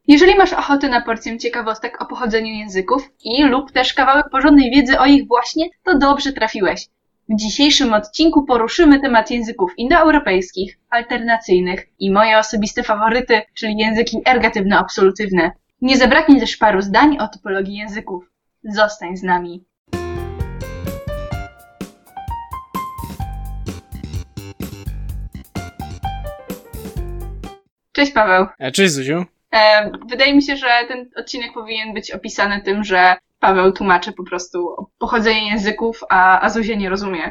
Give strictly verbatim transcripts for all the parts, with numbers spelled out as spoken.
Jeżeli masz ochotę na porcję ciekawostek o pochodzeniu języków i lub też kawałek porządnej wiedzy o ich właśnie, to dobrze trafiłeś. W dzisiejszym odcinku poruszymy temat języków indoeuropejskich, alternacyjnych i moje osobiste faworyty, czyli języki ergatywno-absolutywne. Nie zabraknie też paru zdań o typologii języków. Zostań z nami. Cześć Paweł. Cześć Zuziu. E, wydaje mi się, że ten odcinek powinien być opisany tym, że Paweł tłumaczy po prostu pochodzenie języków, a, a Zuzia nie rozumie.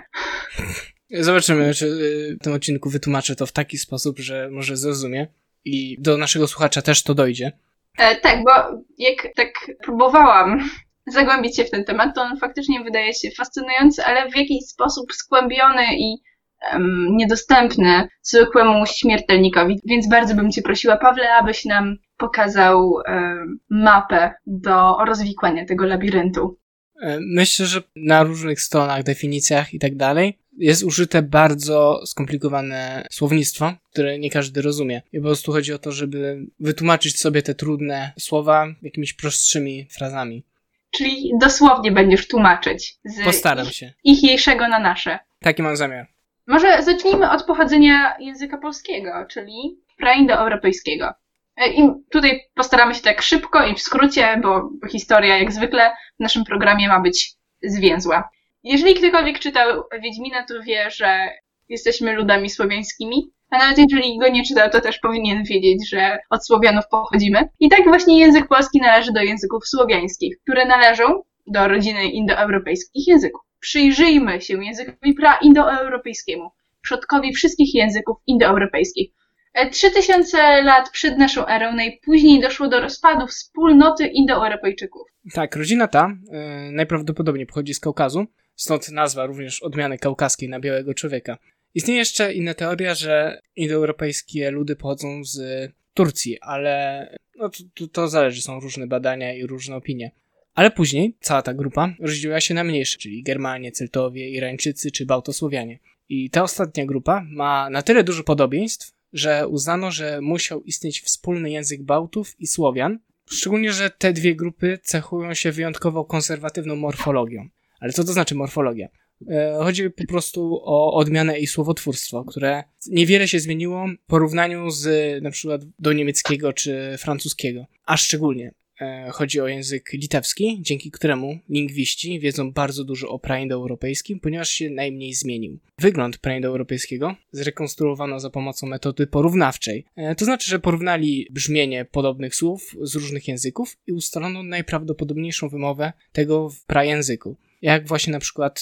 Zobaczymy, czy w tym odcinku wytłumaczę to w taki sposób, że może zrozumie i do naszego słuchacza też to dojdzie. E, tak, bo jak tak próbowałam zagłębić się w ten temat, to on faktycznie wydaje się fascynujący, ale w jakiś sposób skłębiony i um, niedostępny zwykłemu śmiertelnikowi. Więc bardzo bym Cię prosiła, Pawle, abyś nam pokazał um, mapę do rozwikłania tego labiryntu. Myślę, że na różnych stronach, definicjach i tak dalej jest użyte bardzo skomplikowane słownictwo, które nie każdy rozumie. I po prostu chodzi o to, żeby wytłumaczyć sobie te trudne słowa jakimiś prostszymi frazami. Czyli dosłownie będziesz tłumaczyć z Postaram ich, się. ichniejszego na nasze. Taki mam zamiar. Może zacznijmy od pochodzenia języka polskiego, czyli praindoeuropejskiego. I tutaj postaramy się tak szybko i w skrócie, bo historia jak zwykle w naszym programie ma być zwięzła. Jeżeli ktokolwiek czytał Wiedźmina, to wie, że jesteśmy ludami słowiańskimi, a nawet jeżeli go nie czytał, to też powinien wiedzieć, że od Słowianów pochodzimy. I tak właśnie język polski należy do języków słowiańskich, które należą do rodziny indoeuropejskich języków. Przyjrzyjmy się językowi praindoeuropejskiemu, przodkowi wszystkich języków indoeuropejskich. Trzy tysiące lat przed naszą erą najpóźniej doszło do rozpadu wspólnoty Indoeuropejczyków. Tak, rodzina ta yy, najprawdopodobniej pochodzi z Kaukazu, stąd nazwa również odmiany kaukaskiej na białego człowieka. Istnieje jeszcze inna teoria, że indoeuropejskie ludy pochodzą z Turcji, ale no, to, to zależy, są różne badania i różne opinie. Ale później cała ta grupa rozdzieliła się na mniejsze, czyli Germanie, Celtowie, Irańczycy czy Bałtosłowianie. I ta ostatnia grupa ma na tyle dużo podobieństw, że uznano, że musiał istnieć wspólny język Bałtów i Słowian, szczególnie, że te dwie grupy cechują się wyjątkowo konserwatywną morfologią. Ale co to znaczy morfologia? E, chodzi po prostu o odmianę i słowotwórstwo, które niewiele się zmieniło w porównaniu z na przykład do niemieckiego czy francuskiego, a szczególnie chodzi o język litewski, dzięki któremu lingwiści wiedzą bardzo dużo o praindoeuropejskim, ponieważ się najmniej zmienił. Wygląd praindoeuropejskiego zrekonstruowano za pomocą metody porównawczej. To znaczy, że porównali brzmienie podobnych słów z różnych języków i ustalono najprawdopodobniejszą wymowę tego w prajęzyku. Jak właśnie na przykład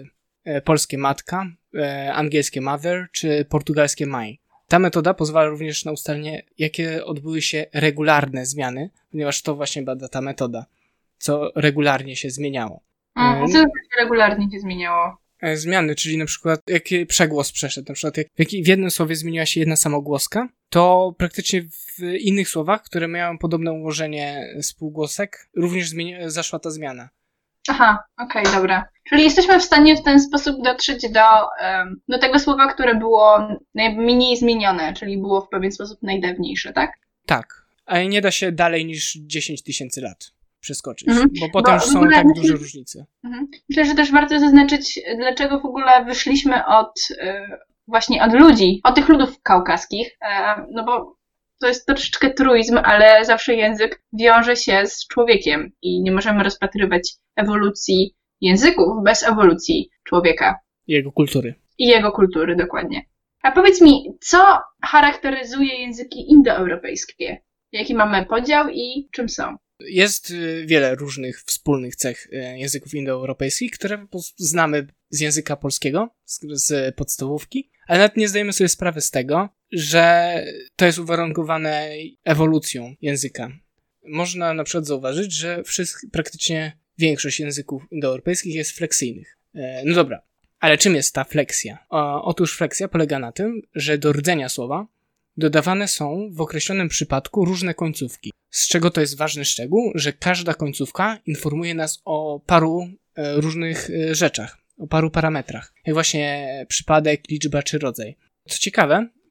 e, polskie matka, e, angielskie mother czy portugalskie mãe. Ta metoda pozwala również na ustalenie, jakie odbyły się regularne zmiany, ponieważ to właśnie bada ta metoda, co regularnie się zmieniało. A co regularnie się zmieniało? Zmiany, czyli na przykład jaki przegłos przeszedł, na przykład jak w jednym słowie zmieniła się jedna samogłoska, to praktycznie w innych słowach, które miały podobne ułożenie spółgłosek, również zmieni- zaszła ta zmiana. Aha, okej, okay, dobra. Czyli jesteśmy w stanie w ten sposób dotrzeć do, um, do tego słowa, które było najmniej zmienione, czyli było w pewien sposób najdawniejsze, tak? Tak, ale nie da się dalej niż dziesięć tysięcy lat przeskoczyć, mhm. bo potem bo już są tak myślę, duże różnice. Mhm. Myślę, że też warto zaznaczyć, dlaczego w ogóle wyszliśmy od y, właśnie od ludzi, od tych ludów kaukaskich, y, no bo to jest troszeczkę truizm, ale zawsze język wiąże się z człowiekiem i nie możemy rozpatrywać ewolucji języków bez ewolucji człowieka. I jego kultury. I jego kultury, dokładnie. A powiedz mi, co charakteryzuje języki indoeuropejskie? Jaki mamy podział i czym są? Jest wiele różnych wspólnych cech języków indoeuropejskich, które po prostu znamy z języka polskiego, z, z podstawówki, ale nawet nie zdajemy sobie sprawy z tego, że to jest uwarunkowane ewolucją języka. Można na przykład zauważyć, że wszystkie, praktycznie większość języków indoeuropejskich jest fleksyjnych. E, no dobra, ale czym jest ta fleksja? O, otóż fleksja polega na tym, że do rdzenia słowa dodawane są w określonym przypadku różne końcówki. Z czego to jest ważny szczegół, że każda końcówka informuje nas o paru e, różnych e, rzeczach, o paru parametrach, jak właśnie przypadek, liczba czy rodzaj. Co ciekawe,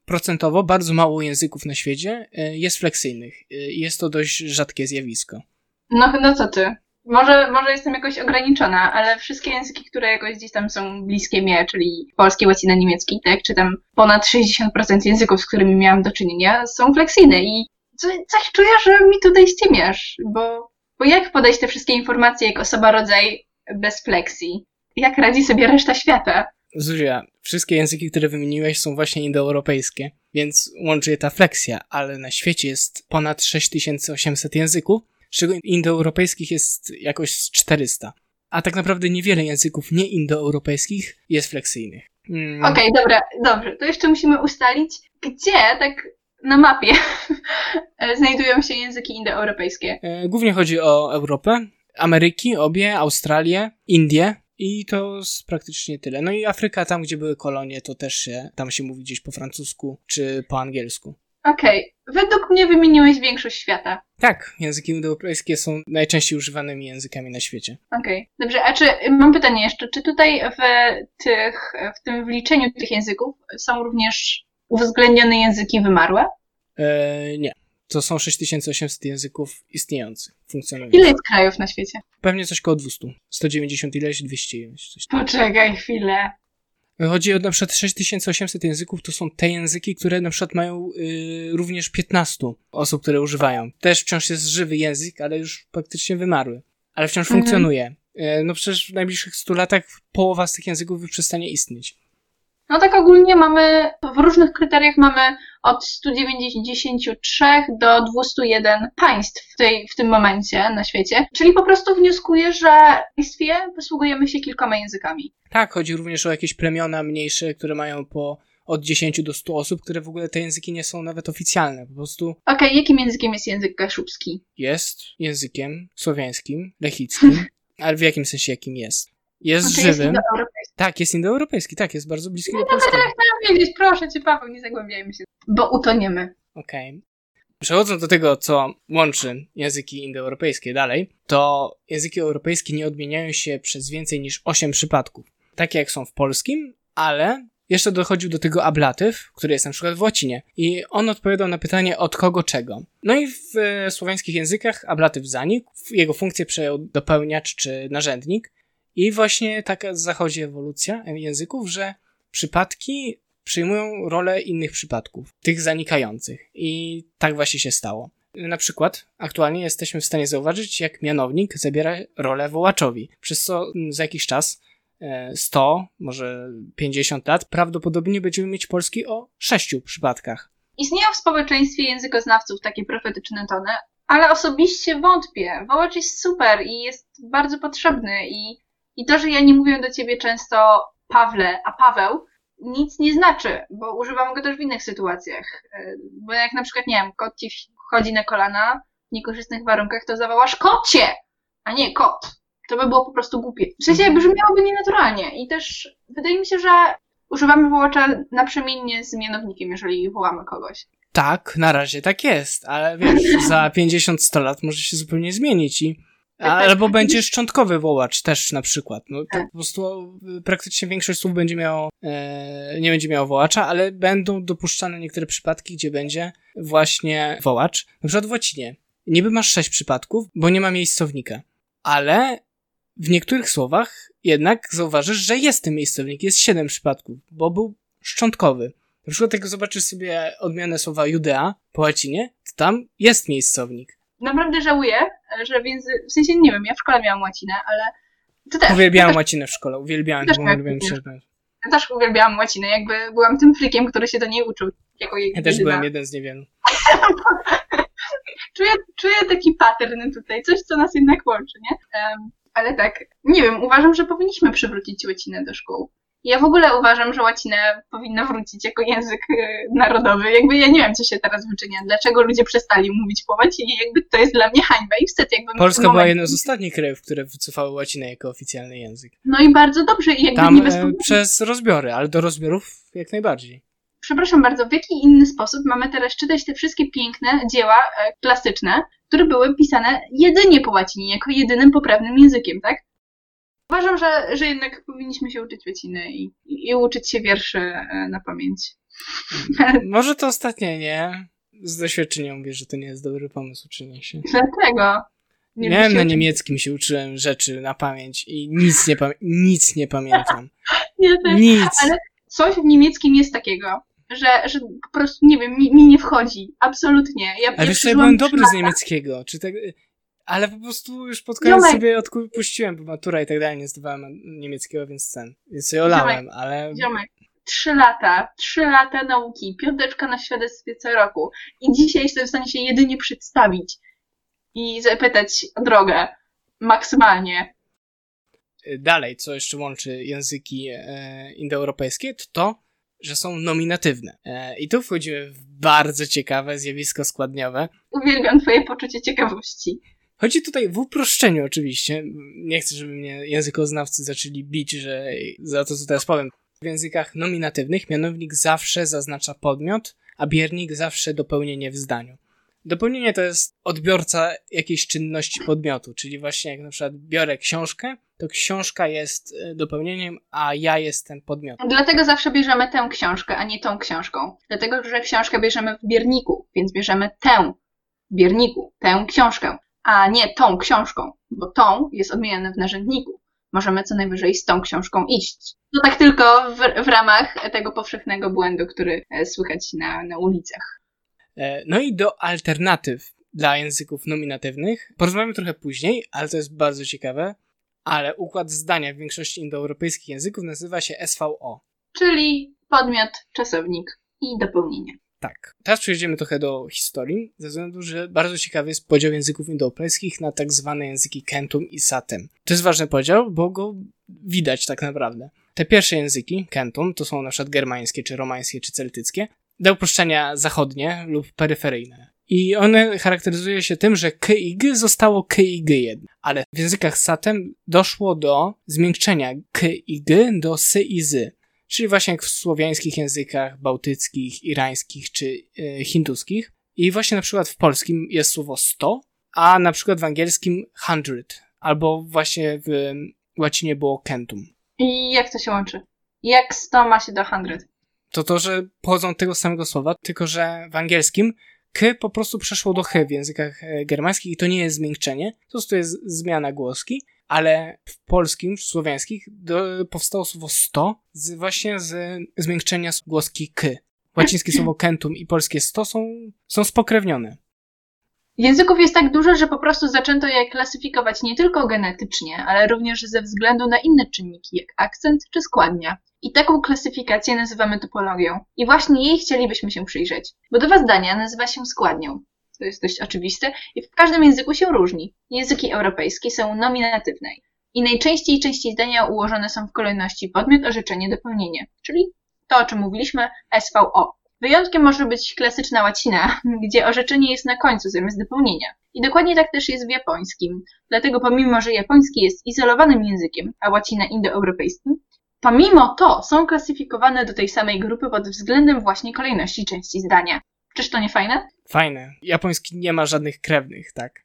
procentowo bardzo mało języków na świecie jest fleksyjnych. Jest to dość rzadkie zjawisko. No, no co ty? Może, może jestem jakoś ograniczona, ale wszystkie języki, które jakoś gdzieś tam są bliskie mnie, czyli polski, łacina, niemiecki, tak, czy tam ponad sześćdziesiąt procent języków, z którymi miałam do czynienia, są fleksyjne i coś czuję, że mi tutaj ściemiasz, bo, bo jak podać te wszystkie informacje jak osoba rodzaj bez fleksji? Jak radzi sobie reszta świata? Zuzia, wszystkie języki, które wymieniłeś, są właśnie indoeuropejskie, więc łączy je ta fleksja, ale na świecie jest ponad sześć tysięcy osiemset języków, z czego indoeuropejskich jest jakoś z czterysta. A tak naprawdę niewiele języków nieindoeuropejskich jest fleksyjnych. Hmm. Okej, okay, dobra, dobrze. To jeszcze musimy ustalić, gdzie tak na mapie znajdują się języki indoeuropejskie. Głównie chodzi o Europę, Ameryki, obie, Australię, Indię i to jest praktycznie tyle. No i Afryka, tam gdzie były kolonie, to też się, tam się mówi gdzieś po francusku czy po angielsku. Okej, okay. Według mnie wymieniłeś większość świata. Tak, języki indoeuropejskie są najczęściej używanymi językami na świecie. Okej, okay. Dobrze, a czy, mam pytanie jeszcze, czy tutaj w tych, w tym wliczeniu tych języków są również uwzględnione języki wymarłe? Eee, nie. To są sześć tysięcy osiemset języków istniejących, funkcjonujących. Ile jest krajów na świecie? Pewnie coś koło dwieście. sto dziewięćdziesiąt ileś, dwieście ileś. Coś tam. Poczekaj chwilę. Chodzi o na przykład sześć tysięcy osiemset języków, to są te języki, które na przykład mają y, również piętnaście osób, które używają. Też wciąż jest żywy język, ale już praktycznie wymarły. Ale wciąż mhm. funkcjonuje. Y, no przecież w najbliższych stu latach połowa z tych języków już przestanie istnieć. No tak ogólnie mamy, w różnych kryteriach mamy od stu dziewięćdziesięciu trzech do dwustu jeden państw w, tej, w tym momencie na świecie. Czyli po prostu wnioskuję, że w państwie posługujemy się kilkoma językami. Tak, chodzi również o jakieś plemiona mniejsze, które mają po od dziesięciu do stu osób, które w ogóle te języki nie są nawet oficjalne, po prostu. Okej, okay, jakim językiem jest język kaszubski? Jest językiem słowiańskim, lechickim, ale w jakim sensie jakim jest? Jest znaczy żywym. Jest tak, jest indoeuropejski, tak, jest bardzo bliski no, do polskiego. No tak, chciałam wiedzieć, proszę cię, Paweł, nie zagłębiajmy się, bo utoniemy. Okej. Okay. Przechodząc do tego, co łączy języki indoeuropejskie dalej, to języki europejskie nie odmieniają się przez więcej niż osiem przypadków. Takie jak są w polskim, ale jeszcze dochodził do tego ablatyw, który jest na przykład w łacinie. I on odpowiadał na pytanie od kogo czego. No i w e, słowiańskich językach ablatyw zanikł, jego funkcję przejął dopełniacz czy narzędnik. I właśnie taka zachodzi ewolucja języków, że przypadki przyjmują rolę innych przypadków, tych zanikających. I tak właśnie się stało. Na przykład aktualnie jesteśmy w stanie zauważyć, jak mianownik zabiera rolę wołaczowi, przez co za jakiś czas, sto, może pięćdziesiąt lat, prawdopodobnie będziemy mieć polski o sześciu przypadkach. Istnieją w społeczeństwie językoznawców takie profetyczne tony, ale osobiście wątpię. Wołacz jest super i jest bardzo potrzebny i I to, że ja nie mówię do ciebie często Pawle, a Paweł, nic nie znaczy, bo używam go też w innych sytuacjach. Bo jak na przykład, nie wiem, kot ci chodzi na kolana w niekorzystnych warunkach, to zawołasz kocie, a nie kot. To by było po prostu głupie. W sensie jakby brzmiałoby nienaturalnie. I też wydaje mi się, że używamy wołacza naprzemiennie z mianownikiem, jeżeli wołamy kogoś. Tak, na razie tak jest, ale wiesz, za pięćdziesiąt sto lat może się zupełnie zmienić i albo będzie szczątkowy wołacz też na przykład. No, to po prostu praktycznie większość słów będzie miało, e, nie będzie miało wołacza, ale będą dopuszczane niektóre przypadki, gdzie będzie właśnie wołacz. Na przykład w łacinie. Niby masz sześć przypadków, bo nie ma miejscownika. Ale w niektórych słowach jednak zauważysz, że jest ten miejscownik. Jest siedem przypadków, bo był szczątkowy. Na przykład jak zobaczysz sobie odmianę słowa Judea po łacinie, to tam jest miejscownik. Naprawdę żałuję, że więc, w sensie nie wiem, ja w szkole miałam łacinę, ale to też. Uwielbiałam też, łacinę w szkole, uwielbiałem, też bo uwielbiałem się. Ja też uwielbiałam łacinę, jakby byłam tym frikiem, który się do niej uczył. Jako jej ja też jedyna. Byłem jeden z niewielu. czuję, czuję taki pattern tutaj, coś co nas jednak łączy, nie? Um, ale tak, nie wiem, uważam, że powinniśmy przywrócić łacinę do szkół. Ja w ogóle uważam, że łacinę powinna wrócić jako język narodowy. Jakby ja nie wiem, co się teraz wyczynia. Dlaczego ludzie przestali mówić po łacinie? Jakby to jest dla mnie hańba i wstyd. Jakby Polska była jedną z ostatnich krajów, które wycofały łacinę jako oficjalny język. No i bardzo dobrze. I jakby Tam nie występuje... przez rozbiory, ale do rozbiorów jak najbardziej. Przepraszam bardzo, w jaki inny sposób mamy teraz czytać te wszystkie piękne dzieła e, klasyczne, które były pisane jedynie po łacinie, jako jedynym poprawnym językiem, tak? Uważam, że, że jednak powinniśmy się uczyć łaciny i, i, i uczyć się wierszy na pamięć. Może to ostatnie nie. Z doświadczenia mówię, że to nie jest dobry pomysł uczenie się. Dlatego. Nie Miałem na się... niemieckim, się uczyłem rzeczy na pamięć i nic nie, pamię- nic nie pamiętam. Ja też. Nic. Ale coś w niemieckim jest takiego, że, że po prostu, nie wiem, mi, mi nie wchodzi. Absolutnie. Ja, Ale ja wiesz, ja byłem dobry z niemieckiego. Czy tak... Ale po prostu już pod koniec Ziomek. sobie odpuściłem, bo matura i tak dalej nie zdawałem niemieckiego, więc ten. Więc sobie olałem, Ziomek. ale... Ziomek. Trzy lata, trzy lata nauki, piąteczka na świadectwie co roku. I dzisiaj jestem w stanie się jedynie przedstawić i zapytać o drogę. Maksymalnie. Dalej, co jeszcze łączy języki e, indoeuropejskie, to to, że są nominatywne. E, I tu wchodzimy w bardzo ciekawe zjawisko składniowe. Uwielbiam twoje poczucie ciekawości. Chodzi tutaj w uproszczeniu oczywiście. Nie chcę, żeby mnie językoznawcy zaczęli bić, że za to, co teraz powiem. W językach nominatywnych mianownik zawsze zaznacza podmiot, a biernik zawsze dopełnienie w zdaniu. Dopełnienie to jest odbiorca jakiejś czynności podmiotu, czyli właśnie jak na przykład biorę książkę, to książka jest dopełnieniem, a ja jestem podmiotem. Dlatego zawsze bierzemy tę książkę, a nie tą książką. Dlatego, że książkę bierzemy w bierniku, więc bierzemy tę w bierniku, tę książkę, a nie tą książką, bo tą jest odmienione w narzędniku. Możemy co najwyżej z tą książką iść. To tak tylko w, w ramach tego powszechnego błędu, który słychać na, na ulicach. No i do alternatyw dla języków nominatywnych porozmawiamy trochę później, ale to jest bardzo ciekawe. Ale układ zdania w większości indoeuropejskich języków nazywa się S V O. Czyli podmiot, czasownik i dopełnienie. Tak. Teraz przejdziemy trochę do historii, ze względu, że bardzo ciekawy jest podział języków indoeuropejskich na tak zwane języki Kentum i Satem. To jest ważny podział, bo go widać tak naprawdę. Te pierwsze języki, Kentum, to są na przykład germańskie, czy romańskie, czy celtyckie, do uproszczenia zachodnie lub peryferyjne. I one charakteryzują się tym, że k i g zostało k i g jedno. Ale w językach Satem doszło do zmiękczenia k i g do s i z. Czyli właśnie jak w słowiańskich językach bałtyckich, irańskich czy y, hinduskich. I właśnie na przykład w polskim jest słowo sto, a na przykład w angielskim hundred. Albo właśnie w łacinie było centum. I jak to się łączy? Jak sto ma się do hundred? To to, że pochodzą od tego samego słowa, tylko że w angielskim k po prostu przeszło do ch w językach germańskich i to nie jest zmiękczenie, po prostu jest zmiana głoski, ale w polskim, w słowiańskich do, powstało słowo sto z, właśnie z zmiękczenia głoski k. Łacińskie słowo centum i polskie sto są, są spokrewnione. Języków jest tak dużo, że po prostu zaczęto je klasyfikować nie tylko genetycznie, ale również ze względu na inne czynniki, jak akcent czy składnia. I taką klasyfikację nazywamy typologią. I właśnie jej chcielibyśmy się przyjrzeć. Budowa zdania nazywa się składnią. To jest dość oczywiste i w każdym języku się różni. Języki europejskie są nominatywne i najczęściej części zdania ułożone są w kolejności podmiot, orzeczenie, dopełnienie, czyli to, o czym mówiliśmy, S V O. Wyjątkiem może być klasyczna łacina, gdzie orzeczenie jest na końcu zamiast dopełnienia. I dokładnie tak też jest w japońskim. Dlatego pomimo, że japoński jest izolowanym językiem, a łacina indoeuropejskim, pomimo to są klasyfikowane do tej samej grupy pod względem właśnie kolejności części zdania. Czyż to nie fajne? Fajne. Japoński nie ma żadnych krewnych, tak?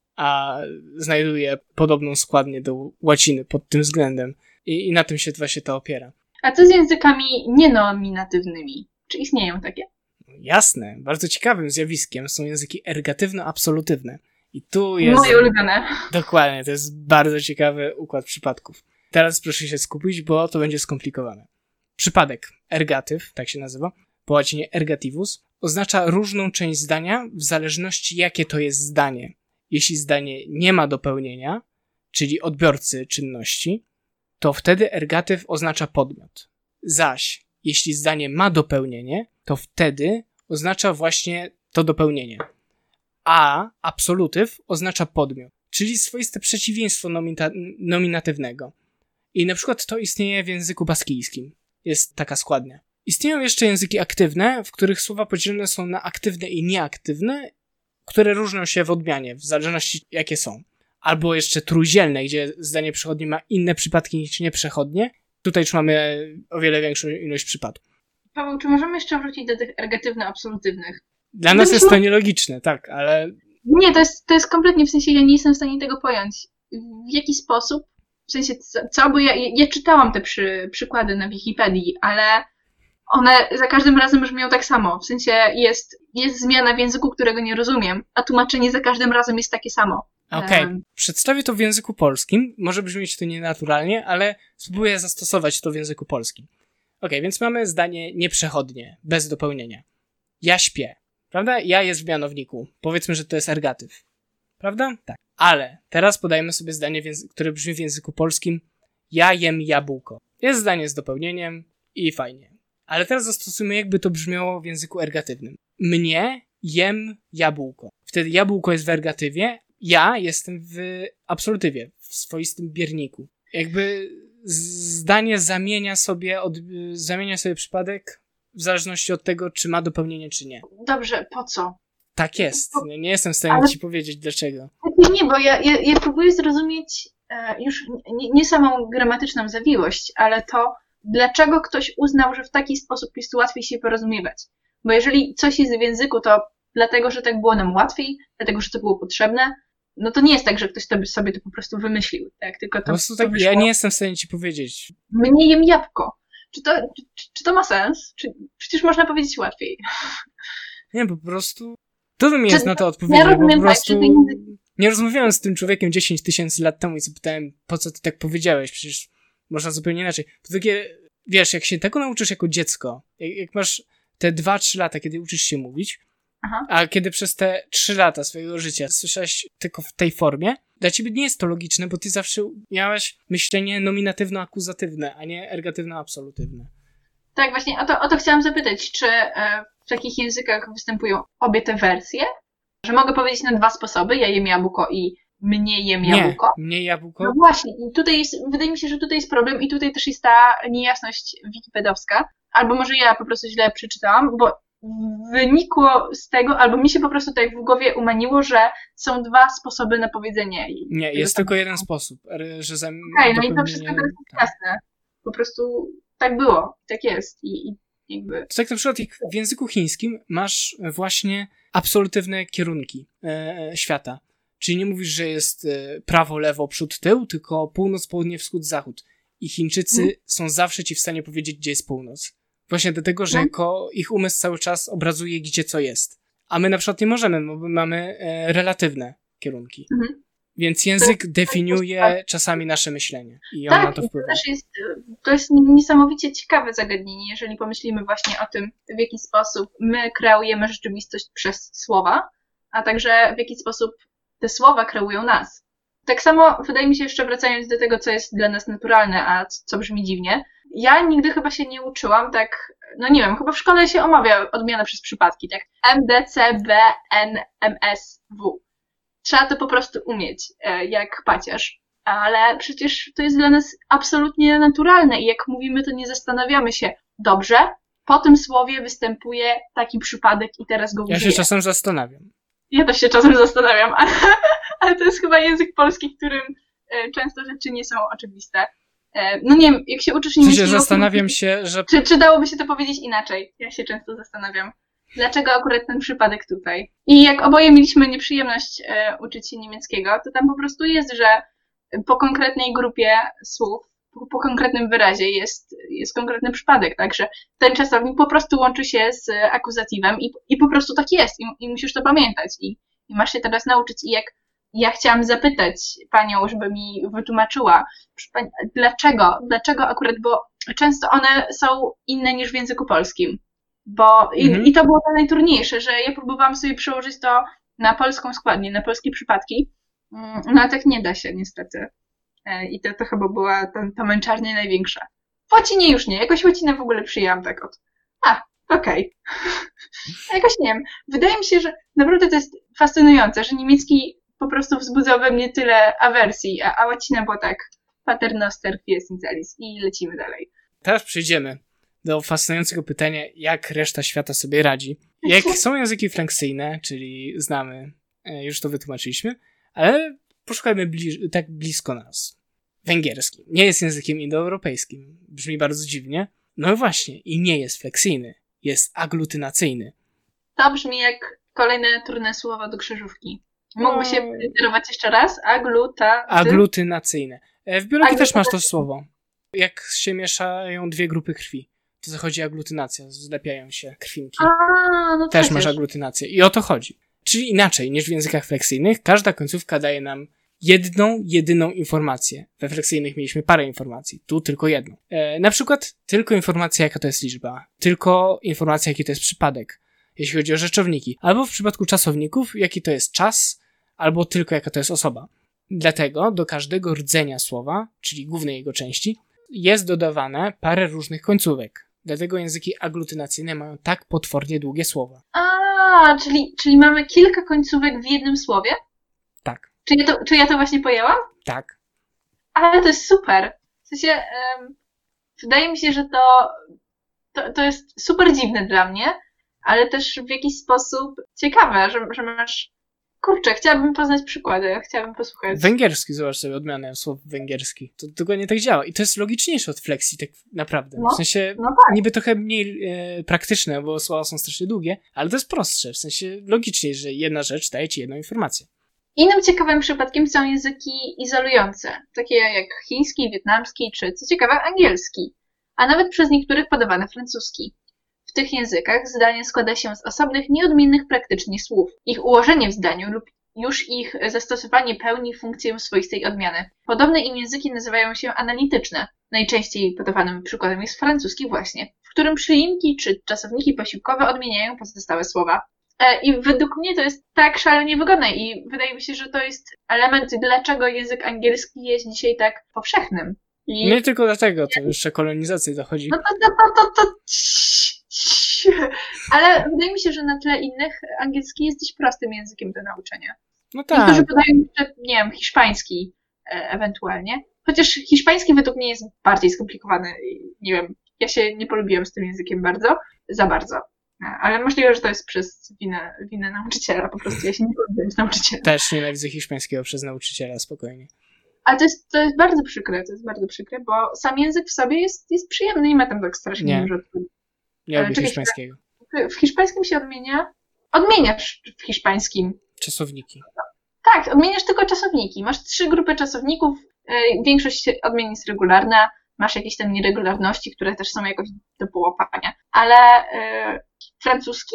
A znajduje podobną składnię do łaciny pod tym względem. I, i na tym się właśnie to opiera. A co z językami nienominatywnymi? Czy istnieją takie? Jasne. Bardzo ciekawym zjawiskiem są języki ergatywno-absolutywne. I tu jest... Moje ulubione. Dokładnie. To jest bardzo ciekawy układ przypadków. Teraz proszę się skupić, bo to będzie skomplikowane. Przypadek ergatyw, tak się nazywa, po łacinie ergativus, oznacza różną część zdania w zależności jakie to jest zdanie. Jeśli zdanie nie ma dopełnienia, czyli odbiorcy czynności, to wtedy ergatyw oznacza podmiot. Zaś, jeśli zdanie ma dopełnienie, to wtedy oznacza właśnie to dopełnienie. A absolutyw oznacza podmiot, czyli swoiste przeciwieństwo nomita- nominatywnego. I na przykład to istnieje w języku baskijskim. Jest taka składnia. Istnieją jeszcze języki aktywne, w których słowa podzielone są na aktywne i nieaktywne, które różnią się w odmianie, w zależności jakie są. Albo jeszcze trójzielne, gdzie zdanie przechodnie ma inne przypadki niż nieprzechodnie. Tutaj już mamy o wiele większą ilość przypadków. Paweł, czy możemy jeszcze wrócić do tych ergatywno-absolutywnych? Dla nas jest to nielogiczne, tak, ale... Nie, to jest, to jest kompletnie, w sensie ja nie jestem w stanie tego pojąć. W jaki sposób? W sensie co, bo ja, ja czytałam te przy, przykłady na Wikipedii, ale one za każdym razem brzmią tak samo. W sensie jest, jest zmiana w języku, którego nie rozumiem, a tłumaczenie za każdym razem jest takie samo. Okej, okay. um. Przedstawię to w języku polskim. Może brzmieć to nienaturalnie, ale spróbuję zastosować to w języku polskim. Okej, okay, więc mamy zdanie nieprzechodnie, bez dopełnienia. Ja śpię. Prawda? Ja jest w mianowniku. Powiedzmy, że to jest ergatyw. Prawda? Tak. Ale teraz podajmy sobie zdanie, które brzmi w języku polskim. Ja jem jabłko. Jest zdanie z dopełnieniem i fajnie. Ale teraz zastosujmy, jakby to brzmiało w języku ergatywnym. Mnie jem jabłko. Wtedy jabłko jest w ergatywie, ja jestem w absolutywie, w swoistym bierniku. Jakby zdanie zamienia sobie, od, zamienia sobie przypadek w zależności od tego, czy ma dopełnienie, czy nie. Dobrze, po co? Tak jest. Nie, nie jestem w stanie Ale... ci powiedzieć dlaczego. Nie, bo ja, ja, ja próbuję zrozumieć e, już nie, nie samą gramatyczną zawiłość, ale to, dlaczego ktoś uznał, że w taki sposób jest łatwiej się porozumiewać. Bo jeżeli coś jest w języku, to dlatego, że tak było nam łatwiej, dlatego, że to było potrzebne, no to nie jest tak, że ktoś to by sobie to po prostu wymyślił. Tak? Tylko to, po prostu to tak, ja nie jestem w stanie ci powiedzieć. Mnie jem jabłko. Czy to, czy, czy to ma sens? Czy, przecież można powiedzieć łatwiej. Nie, po prostu trudno mi jest czy, na to odpowiedzieć, ja bo po prostu tak, nie rozmawiałem z tym człowiekiem dziesięć tysięcy lat temu i zapytałem, po co ty tak powiedziałeś, przecież można zupełnie inaczej. To takie, wiesz, jak się tego nauczysz jako dziecko, jak, jak masz te dwa trzy lata, kiedy uczysz się mówić, Aha. a kiedy przez te trzy lata swojego życia słyszałeś tylko w tej formie, dla ciebie nie jest to logiczne, bo ty zawsze miałeś myślenie nominatywno-akuzatywne, a nie ergatywno-absolutywne. Tak, właśnie o to, o to chciałam zapytać, czy e, w takich językach występują obie te wersje? Że mogę powiedzieć na dwa sposoby, ja jem jabłko i mnie jem jabłko? Nie, mnie jabłko. No właśnie, i tutaj jest, wydaje mi się, że tutaj jest problem i tutaj też jest ta niejasność wikipedowska, albo może ja po prostu źle przeczytałam, bo wynikło z tego, albo mi się po prostu tak w głowie umaniło, że są dwa sposoby na powiedzenie. Nie, jest tylko jeden sposób, że zam... Okej, okay, no i to wszystko teraz jest tak. jasne. Po prostu tak było, tak jest i, i jakby... To tak na przykład jak w języku chińskim masz właśnie absolutywne kierunki e, świata. Czyli nie mówisz, że jest e, prawo, lewo, przód, tył, tylko północ, południe, wschód, zachód. I Chińczycy hmm. są zawsze ci w stanie powiedzieć, gdzie jest północ. Właśnie dlatego, że hmm. jako ich umysł cały czas obrazuje, gdzie co jest. A my na przykład nie możemy, bo mamy e, relatywne kierunki. Hmm. Więc język to, definiuje to czasami nasze myślenie. I on tak, na to wpływa. To, też jest, to jest niesamowicie ciekawe zagadnienie, jeżeli pomyślimy właśnie o tym, w jaki sposób my kreujemy rzeczywistość przez słowa, a także w jaki sposób te słowa kreują nas. Tak samo wydaje mi się, jeszcze wracając do tego, co jest dla nas naturalne, a co brzmi dziwnie, ja nigdy chyba się nie uczyłam tak, no nie wiem, chyba w szkole się omawia odmianę przez przypadki, tak? M, D, C, B, N, M, S, W. Trzeba to po prostu umieć, jak pacierz. Ale przecież to jest dla nas absolutnie naturalne i jak mówimy, to nie zastanawiamy się, dobrze, po tym słowie występuje taki przypadek i teraz go użyję. Ja się czasem zastanawiam. Ja też się czasem zastanawiam, ale, ale to jest chyba język polski, w którym często rzeczy nie są oczywiste. No nie wiem, jak się uczysz niemieckiego... W sensie zastanawiam się, że... Czy, czy dałoby się to powiedzieć inaczej? Ja się często zastanawiam. Dlaczego akurat ten przypadek tutaj? I jak oboje mieliśmy nieprzyjemność e, uczyć się niemieckiego, to tam po prostu jest, że po konkretnej grupie słów, po, po konkretnym wyrazie jest, jest konkretny przypadek, także ten czasownik po prostu łączy się z akuzatywem i, i po prostu tak jest i, i musisz to pamiętać i, i masz się teraz nauczyć. I jak ja chciałam zapytać panią, żeby mi wytłumaczyła, dlaczego, dlaczego akurat, bo często one są inne niż w języku polskim. Bo i, mhm. i to było to najtrudniejsze, że ja próbowałam sobie przełożyć to na polską składnię, na polskie przypadki, no ale tak nie da się niestety. I to, to chyba była ta, ta męczarnia największa. W łacinie już nie, jakoś łacinę w ogóle przyjęłam tak od, a, okej. Okay. Jakoś nie wiem, wydaje mi się, że naprawdę to jest fascynujące, że niemiecki po prostu wzbudzał we mnie tyle awersji, a, a łacina była tak paternoster, quies incelis i lecimy dalej. Teraz przejdziemy do fascynującego pytania, jak reszta świata sobie radzi. Jak są języki fleksyjne, czyli znamy, już to wytłumaczyliśmy, ale poszukajmy bli- tak blisko nas. Węgierski nie jest językiem indoeuropejskim. Brzmi bardzo dziwnie. No właśnie, i nie jest fleksyjny. Jest aglutynacyjny. To brzmi jak kolejne trudne słowo do krzyżówki. Mógłby się literować jeszcze raz? Agluta... Aglutynacyjne. W biologii Aglutynacyjne. Też masz to słowo. Jak się mieszają dwie grupy krwi. to zachodzi aglutynacja, zlepiają się krwinki. A, no Też przecież. masz aglutynację. I o to chodzi. Czyli inaczej niż w językach fleksyjnych, każda końcówka daje nam jedną, jedyną informację. We fleksyjnych mieliśmy parę informacji, tu tylko jedną. E, na przykład tylko informacja, jaka to jest liczba, tylko informacja, jaki to jest przypadek, jeśli chodzi o rzeczowniki, albo w przypadku czasowników, jaki to jest czas, albo tylko jaka to jest osoba. Dlatego do każdego rdzenia słowa, czyli głównej jego części, jest dodawane parę różnych końcówek. Dlatego języki aglutynacyjne mają tak potwornie długie słowa. A, czyli, czyli mamy kilka końcówek w jednym słowie? Tak. Czy ja to, czy ja to właśnie pojęłam? Tak. Ale to jest super. W sensie, um, wydaje mi się, że to, to, to jest super dziwne dla mnie, ale też w jakiś sposób ciekawe, że, że masz... Kurczę, chciałabym poznać przykłady, chciałabym posłuchać. Węgierski, zobacz sobie odmianę słów węgierski. To dokładnie tak działa. I to jest logiczniejsze od fleksji, tak naprawdę. No, w sensie no tak. niby trochę mniej e, praktyczne, bo słowa są strasznie długie, ale to jest prostsze. W sensie logiczniej, że jedna rzecz daje ci jedną informację. Innym ciekawym przypadkiem są języki izolujące, takie jak chiński, wietnamski, czy co ciekawe angielski, a nawet przez niektórych podawany francuski. W tych językach zdanie składa się z osobnych, nieodmiennych praktycznie słów. Ich ułożenie w zdaniu lub już ich zastosowanie pełni funkcję swoistej odmiany. Podobne im języki nazywają się analityczne. Najczęściej podawanym przykładem jest francuski właśnie, w którym przyimki czy czasowniki posiłkowe odmieniają pozostałe słowa. I według mnie to jest tak szalenie wygodne i wydaje mi się, że to jest element, dlaczego język angielski jest dzisiaj tak powszechnym. I... Nie tylko dlatego, to jeszcze kolonizacji dochodzi. No to, to, to, to, to... Ale wydaje mi się, że na tle innych angielski jest dość prostym językiem do nauczenia. No tak. Niektórzy podają jeszcze, nie wiem, hiszpański e, ewentualnie. Chociaż hiszpański według mnie jest bardziej skomplikowany. Nie wiem, ja się nie polubiłam z tym językiem bardzo, za bardzo. Ale możliwe, że to jest przez winę, winę nauczyciela. Po prostu ja się nie polubiłam z nauczyciela. Też nienawidzę hiszpańskiego przez nauczyciela, spokojnie. Ale to jest, to jest bardzo przykre, to jest bardzo przykre, bo sam język w sobie jest, jest przyjemny i ma tam tak strasznie Nie. dużo. Nie lubię Czekaj, hiszpańskiego. W hiszpańskim się odmienia? Odmieniasz w hiszpańskim. Czasowniki. Tak, odmieniasz tylko czasowniki. Masz trzy grupy czasowników, większość odmian jest regularna, masz jakieś tam nieregularności, które też są jakoś do połapania. Ale yy, francuski?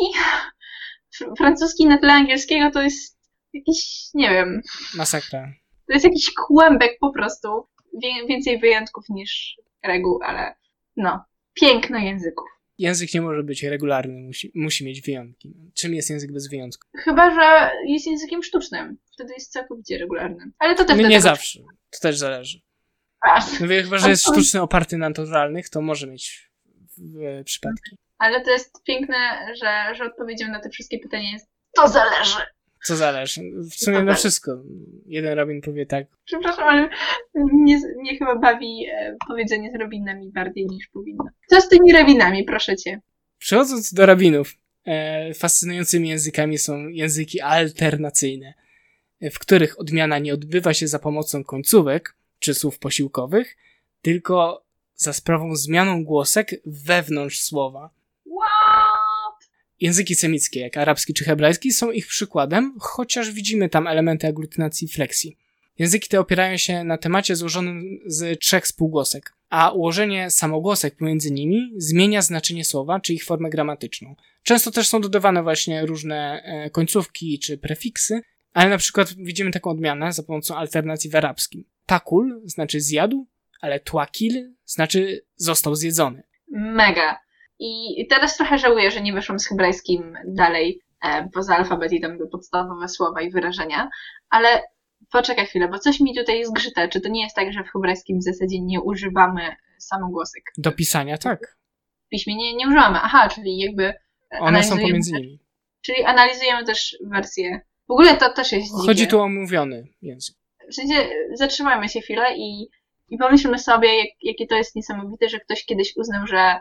francuski na tle angielskiego to jest jakiś, nie wiem... Masakra. To jest jakiś kłębek po prostu. Wie, więcej wyjątków niż reguł, ale no, piękno języków. Język nie może być regularny, musi, musi mieć wyjątki. Czym jest język bez wyjątku? Chyba że jest językiem sztucznym. Wtedy jest całkowicie regularny. Ale to też... No nie tego... zawsze. To też zależy. No wie, chyba, że jest sztuczny oparty na naturalnych, to może mieć w, w przypadki. Ale to jest piękne, że, że odpowiedzią na te wszystkie pytania jest to zależy. Co zależy? W sumie na wszystko. Jeden rabin powie tak. Przepraszam, ale mnie, mnie chyba bawi e, powiedzenie z rabinami bardziej niż powinno. Co z tymi rabinami, proszę cię? Przechodząc do rabinów, e, fascynującymi językami są języki alternacyjne, w których odmiana nie odbywa się za pomocą końcówek czy słów posiłkowych, tylko za sprawą zmianą głosek wewnątrz słowa. What? Języki semickie, jak arabski czy hebrajski, są ich przykładem, chociaż widzimy tam elementy aglutynacji i fleksji. Języki te opierają się na temacie złożonym z trzech spółgłosek, a ułożenie samogłosek pomiędzy nimi zmienia znaczenie słowa czy ich formę gramatyczną. Często też są dodawane właśnie różne e, końcówki czy prefiksy, ale na przykład widzimy taką odmianę za pomocą alternacji w arabskim. Takul znaczy zjadł, ale tłakil znaczy został zjedzony. Mega. I teraz trochę żałuję, że nie wyszłam z hebrajskim dalej e, poza alfabet i tam podstawowe słowa i wyrażenia, ale poczekaj chwilę, bo coś mi tutaj zgrzyta. Czy to nie jest tak, że w hebrajskim w zasadzie nie używamy samogłosek? Do pisania tak. W piśmie nie, nie używamy. Aha, czyli jakby one są pomiędzy nimi. Czyli analizujemy też wersję. W ogóle to też jest dziwne. Chodzi tu o mówiony język. W sensie zatrzymajmy się chwilę i, i pomyślmy sobie, jak, jakie to jest niesamowite, że ktoś kiedyś uznał, że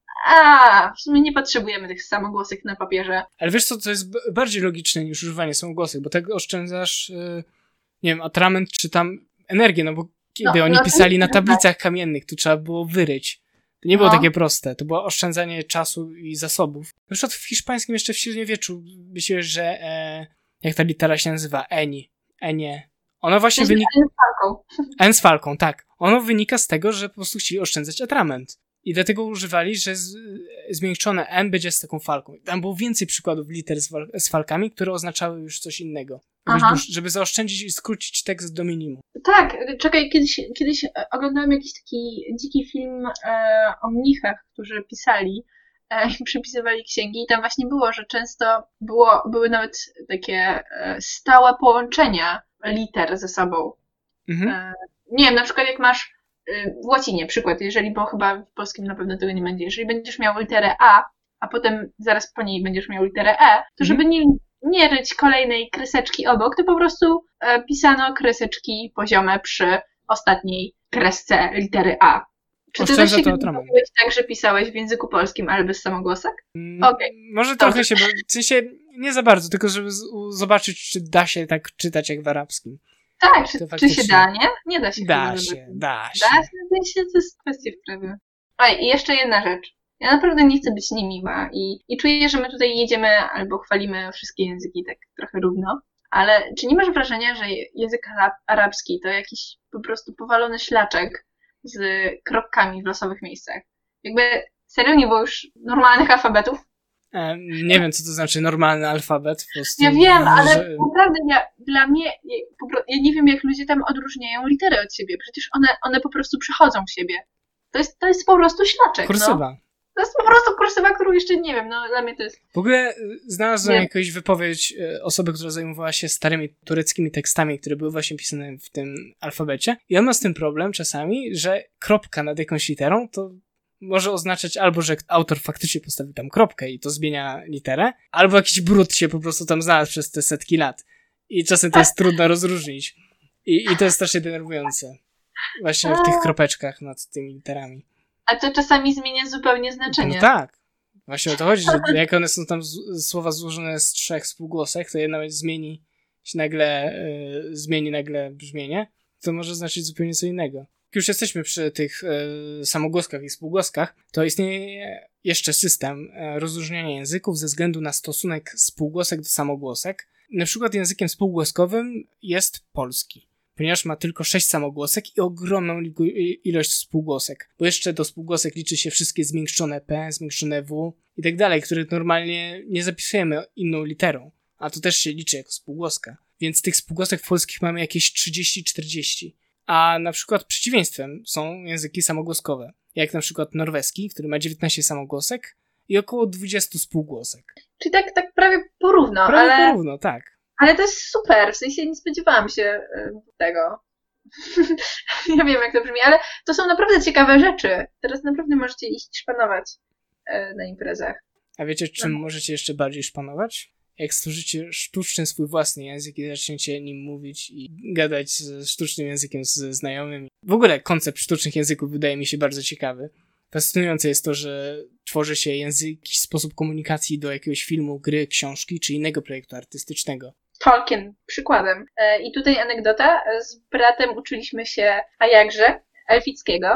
a, w sumie nie potrzebujemy tych samogłosek na papierze. Ale wiesz co, to jest b- bardziej logiczne niż używanie samogłosek, bo tak oszczędzasz, yy, nie wiem, atrament czy tam energię, no bo kiedy no, oni no, pisali na tablicach kamiennych, to trzeba było wyryć. To nie było no. takie proste, to było oszczędzanie czasu i zasobów. Na przykład w hiszpańskim jeszcze w średniowieczu myślę, że e, jak ta litera się nazywa, eni, enie, ono właśnie wynika... N z falką. N z falką, tak. Ono wynika z tego, że po prostu chcieli oszczędzać atrament. I dlatego używali, że z, zmiękczone N będzie z taką falką. Tam było więcej przykładów liter z, wal, z falkami, które oznaczały już coś innego. Żeby zaoszczędzić i skrócić tekst do minimum. Tak, czekaj, kiedyś, kiedyś oglądałam jakiś taki dziki film e, o mnichach, którzy pisali e, i przypisywali księgi i tam właśnie było, że często było, były nawet takie e, stałe połączenia liter ze sobą. Mhm. E, nie wiem, na przykład jak masz e, w łacinie przykład, jeżeli, bo chyba w polskim na pewno tego nie będzie, jeżeli będziesz miał literę A, a potem zaraz po niej będziesz miał literę E, to żeby nie nie ryć kolejnej kreseczki obok, to po prostu e, pisano kreseczki poziome przy ostatniej kresce litery A. Czy ty też się mówiłeś tak, że pisałeś w języku polskim, ale bez samogłosek? Mm, Okej. Okay. Może Dobrze. Trochę się, bo w sensie nie za bardzo, tylko żeby z, zobaczyć, czy da się tak czytać jak w arabskim. Tak, czy, czy się da, nie? Nie da się. Da chyba, się, żeby... da się. Da się, to jest kwestia wprawy. Oj, i jeszcze jedna rzecz. Ja naprawdę nie chcę być niemiła i, i czuję, że my tutaj jedziemy albo chwalimy wszystkie języki tak trochę równo, ale czy nie masz wrażenia, że język arabski to jakiś po prostu powalony szlaczek z kropkami w losowych miejscach? Jakby serio nie było już normalnych alfabetów? E, nie wiem, co to znaczy normalny alfabet. Po prostu, ja wiem, ale że... naprawdę ja, dla mnie, ja, ja nie wiem, jak ludzie tam odróżniają litery od siebie. Przecież one, one po prostu przechodzą w siebie. To jest, to jest po prostu szlaczek. Kursywa. No. To jest po prostu kursywa, którą jeszcze nie wiem, no dla mnie to jest... W ogóle znalazłem nie. jakąś wypowiedź osoby, która zajmowała się starymi tureckimi tekstami, które były właśnie pisane w tym alfabecie i on ma z tym problem czasami, że kropka nad jakąś literą to może oznaczać albo, że autor faktycznie postawił tam kropkę i to zmienia literę, albo jakiś brud się po prostu tam znalazł przez te setki lat i czasem to jest trudno rozróżnić i, i to jest strasznie denerwujące właśnie w tych kropeczkach nad tymi literami. A to czasami zmienia zupełnie znaczenie. No tak. Właśnie o to chodzi, że jak one są tam z, słowa złożone z trzech spółgłosek, to jedna zmieni się nagle, y, zmieni nagle brzmienie, to może znaczyć zupełnie co innego. Jak już jesteśmy przy tych y, samogłoskach i spółgłoskach, to istnieje jeszcze system y, rozróżniania języków ze względu na stosunek spółgłosek do samogłosek. Na przykład językiem spółgłoskowym jest polski, ponieważ ma tylko sześć samogłosek i ogromną ilość spółgłosek. Bo jeszcze do spółgłosek liczy się wszystkie zmiękczone P, zmiękczone W i tak dalej, których normalnie nie zapisujemy inną literą, a to też się liczy jako spółgłoska. Więc tych spółgłosek polskich mamy jakieś trzydzieści czterdzieści. A na przykład przeciwieństwem są języki samogłoskowe, jak na przykład norweski, który ma dziewiętnaście samogłosek i około dwadzieścia spółgłosek. Czyli tak, tak prawie porówno, prawie ale... porówno, tak. Ale to jest super, w sensie nie spodziewałam się tego. Ja wiem, jak to brzmi, ale to są naprawdę ciekawe rzeczy. Teraz naprawdę możecie iść i szpanować na imprezach. A wiecie, czym no. możecie jeszcze bardziej szpanować? Jak stworzycie sztuczny swój własny język i zaczniecie nim mówić i gadać z sztucznym językiem ze znajomymi. W ogóle koncept sztucznych języków wydaje mi się bardzo ciekawy. Fascynujące jest to, że tworzy się język, jakiś sposób komunikacji do jakiegoś filmu, gry, książki czy innego projektu artystycznego. Tolkien, przykładem. I tutaj anegdota. Z bratem uczyliśmy się, a jakże, elfickiego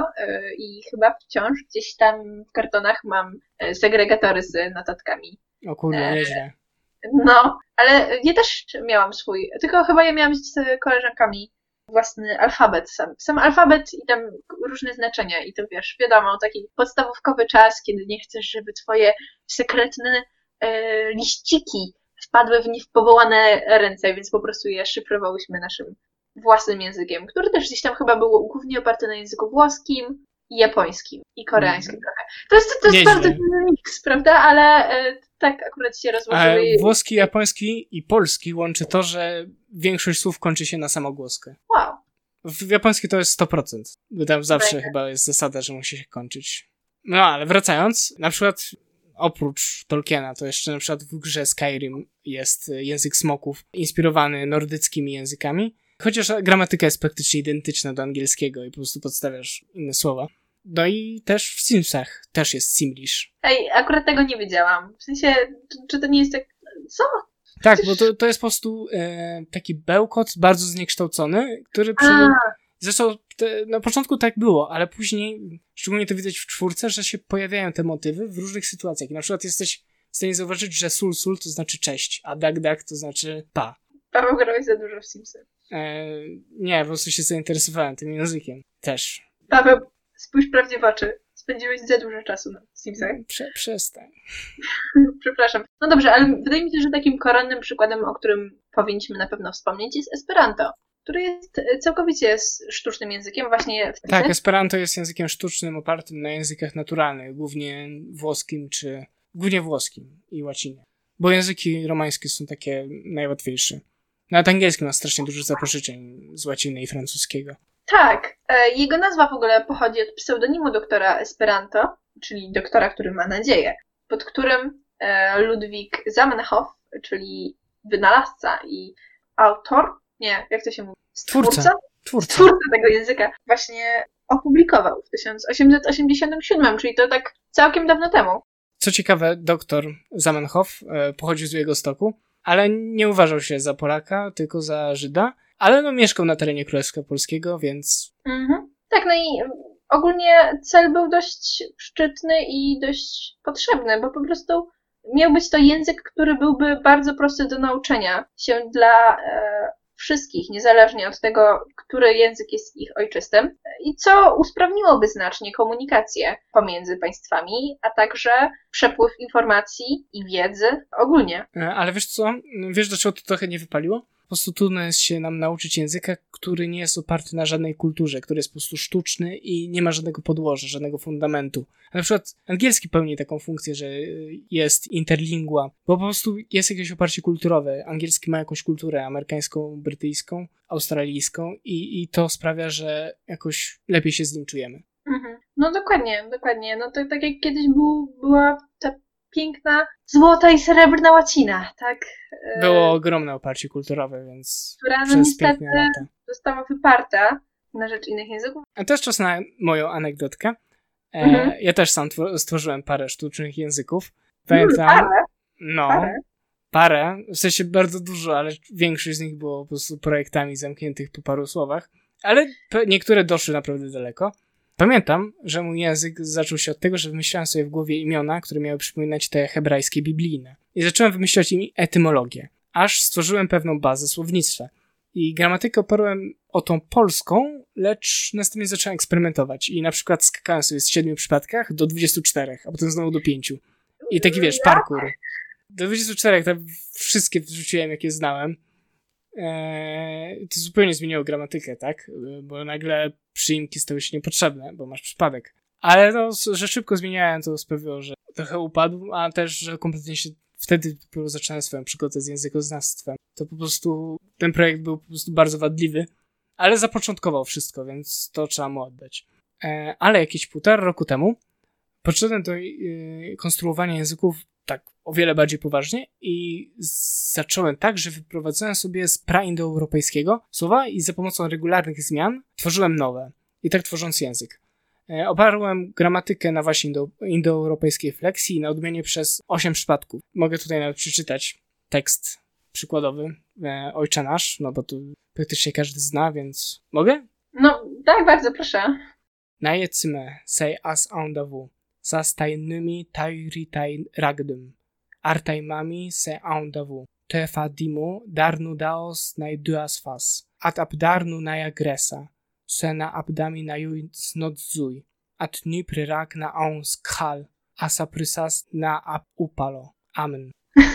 i chyba wciąż gdzieś tam w kartonach mam segregatory z notatkami. O kurde, nieźle. No, ale ja też miałam swój, tylko chyba ja miałam z koleżankami własny alfabet sam. Sam alfabet i tam różne znaczenia i to wiesz, wiadomo, taki podstawówkowy czas, kiedy nie chcesz, żeby twoje sekretne e, liściki wpadły w nie w powołane ręce, więc po prostu je szyfrowałyśmy naszym własnym językiem, który też gdzieś tam chyba był głównie oparty na języku włoskim i japońskim i koreańskim mm. trochę. To jest, to jest bardzo duży miks, prawda? Ale e, tak akurat się rozłożyły. A włoski, japoński i polski łączy to, że większość słów kończy się na samogłoskę. Wow. W japoński to jest sto procent. Bo tam zawsze Bajka. chyba jest zasada, że musi się kończyć. No ale wracając, na przykład oprócz Tolkiena, to jeszcze na przykład w grze Skyrim jest język smoków inspirowany nordyckimi językami. Chociaż gramatyka jest praktycznie identyczna do angielskiego i po prostu podstawiasz inne słowa. No i też w Simsach też jest Simlish. Ej, akurat tego nie wiedziałam. W sensie, czy, czy to nie jest tak... Co? Tak, bo to, to jest po prostu e, taki bełkot bardzo zniekształcony, który przy... Zresztą te, na początku tak było, ale później, szczególnie to widać w czwórce, że się pojawiają te motywy w różnych sytuacjach. I na przykład jesteś w stanie zauważyć, że sul sul to znaczy cześć, a dak dak to znaczy pa. Paweł, grałeś za dużo w Simsy. E, nie, po prostu się zainteresowałem tym językiem. Też. Paweł, spójrz prawdzie w oczy. spędziłeś za dużo czasu na Simsach. Prze- przestań. Przepraszam. No dobrze, ale wydaje mi się, że takim koronnym przykładem, o którym powinniśmy na pewno wspomnieć, jest Esperanto, który jest całkowicie sztucznym językiem właśnie w Tak, Esperanto jest językiem sztucznym opartym na językach naturalnych, głównie włoskim czy głównie włoskim i łacinie. Bo języki romańskie są takie najłatwiejsze. Nawet angielski ma strasznie dużo zapożyczeń z łaciny i francuskiego. Tak, jego nazwa w ogóle pochodzi od pseudonimu doktora Esperanto, czyli doktora, który ma nadzieję, pod którym Ludwik Zamenhof, czyli wynalazca i autor, nie, jak to się mówi? Stwórca? Twórca. Twórca. Twórca tego języka właśnie opublikował w tysiąc osiemset osiemdziesiątym siódmym, czyli to tak całkiem dawno temu. Co ciekawe, doktor Zamenhof e, pochodził z Białegostoku, ale nie uważał się za Polaka, tylko za Żyda, ale no mieszkał na terenie Królestwa Polskiego, więc... Mhm. Tak, no i ogólnie cel był dość szczytny i dość potrzebny, bo po prostu miał być to język, który byłby bardzo prosty do nauczenia się dla e, wszystkich, niezależnie od tego, który język jest ich ojczystym, i co usprawniłoby znacznie komunikację pomiędzy państwami, a także przepływ informacji i wiedzy ogólnie. Ale wiesz co? Wiesz, dlaczego to trochę nie wypaliło? Po prostu trudno jest się nam nauczyć języka, który nie jest oparty na żadnej kulturze, który jest po prostu sztuczny i nie ma żadnego podłoża, żadnego fundamentu. Na przykład angielski pełni taką funkcję, że jest interlingua, bo po prostu jest jakieś oparcie kulturowe. Angielski ma jakąś kulturę amerykańską, brytyjską, australijską i, i to sprawia, że jakoś lepiej się z nim czujemy. Mhm. No dokładnie, dokładnie. No to tak jak kiedyś był, była ta piękna, złota i srebrna łacina, tak? Było ogromne oparcie kulturowe, więc która no przez niestety piękne lata została wyparta na rzecz innych języków. A też czas na moją anegdotkę. E, Mhm. Ja też sam twor- stworzyłem parę sztucznych języków. Mm, Pamiętam, parę? no, Parę? parę, w sensie bardzo dużo, ale większość z nich było po prostu projektami zamkniętych po paru słowach, ale pe- niektóre doszły naprawdę daleko. Pamiętam, że mój język zaczął się od tego, że wymyślałem sobie w głowie imiona, które miały przypominać te hebrajskie biblijne. I zacząłem wymyślać im etymologię, aż stworzyłem pewną bazę słownictwa. I gramatykę oparłem o tą polską, lecz następnie zacząłem eksperymentować. I na przykład skakałem sobie z siedmiu przypadkach do dwudziestu czterech, a potem znowu do pięciu. I taki, wiesz, parkour. Do dwudziestu czterech tam wszystkie wrzuciłem, jakie znałem. Eee, to zupełnie zmieniło gramatykę, tak? Bo nagle przyimki stały się niepotrzebne, bo masz przypadek. Ale to, że szybko zmieniałem, to sprawiło, że trochę upadł, a też, że kompletnie się wtedy dopiero zacząłem swoją przygodę z językoznawstwem. To po prostu, ten projekt był po prostu bardzo wadliwy, ale zapoczątkował wszystko, więc to trzeba mu oddać. E, ale jakieś półtora roku temu podszedłem do y, konstruowania języków tak o wiele bardziej poważnie i zacząłem tak, że wyprowadzałem sobie z praindoeuropejskiego słowa i za pomocą regularnych zmian tworzyłem nowe. I tak tworząc język. E, oparłem gramatykę na właśnie indo, indoeuropejskiej fleksji na odmianie przez osiem przypadków. Mogę tutaj nawet przeczytać tekst przykładowy, e, Ojcze Nasz, no bo tu praktycznie każdy zna, więc mogę? No, tak, bardzo proszę. Najecime sej as andawu, zastajnymi tajritaj ragdym, artajmami se andawu, tefa dimu darnu daos najduas fas, at abdarnu najagresa, sena abdami najuj snodzuj, at ni pryrak na on skhal, asa prysas na ab upalo. Amen.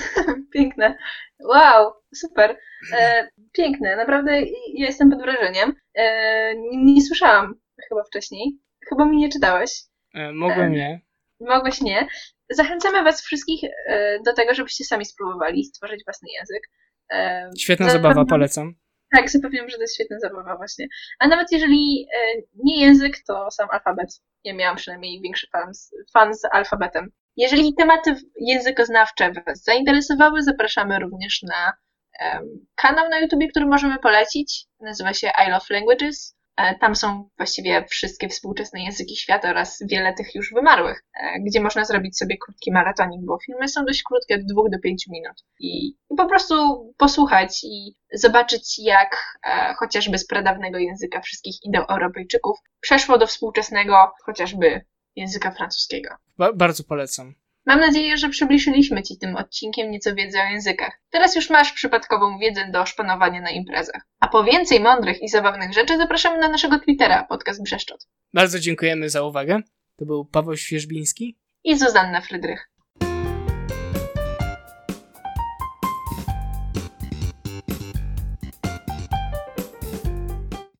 Piękne. Wow, super. E, piękne. Naprawdę ja jestem pod wrażeniem. E, nie, nie słyszałam chyba wcześniej. Chyba mi nie czytałeś. E, mogłem nie. Mogłeś nie. Zachęcamy was wszystkich e, do tego, żebyście sami spróbowali stworzyć własny język. E, Świetna zapewniam, zabawa, polecam. Tak, zapewniam, że to jest świetna zabawa właśnie. A nawet jeżeli e, nie język, to sam alfabet. Ja miałam przynajmniej większy fan z, fan z alfabetem. Jeżeli tematy językoznawcze was zainteresowały, zapraszamy również na um, kanał na YouTubie, który możemy polecić. Nazywa się I Love Languages. E, tam są właściwie wszystkie współczesne języki świata oraz wiele tych już wymarłych, e, gdzie można zrobić sobie krótki maratonik, bo filmy są dość krótkie, od dwóch do pięciu minut. I, i po prostu posłuchać i zobaczyć, jak e, chociażby z pradawnego języka wszystkich Indoeuropejczyków przeszło do współczesnego, chociażby języka francuskiego. Ba- bardzo polecam. Mam nadzieję, że przybliżyliśmy Ci tym odcinkiem nieco wiedzy o językach. Teraz już masz przypadkową wiedzę do szpanowania na imprezach. A po więcej mądrych i zabawnych rzeczy zapraszamy na naszego Twittera, podcast Brzeszczot. Bardzo dziękujemy za uwagę. To był Paweł Świerzbiński i Zuzanna Frydrych.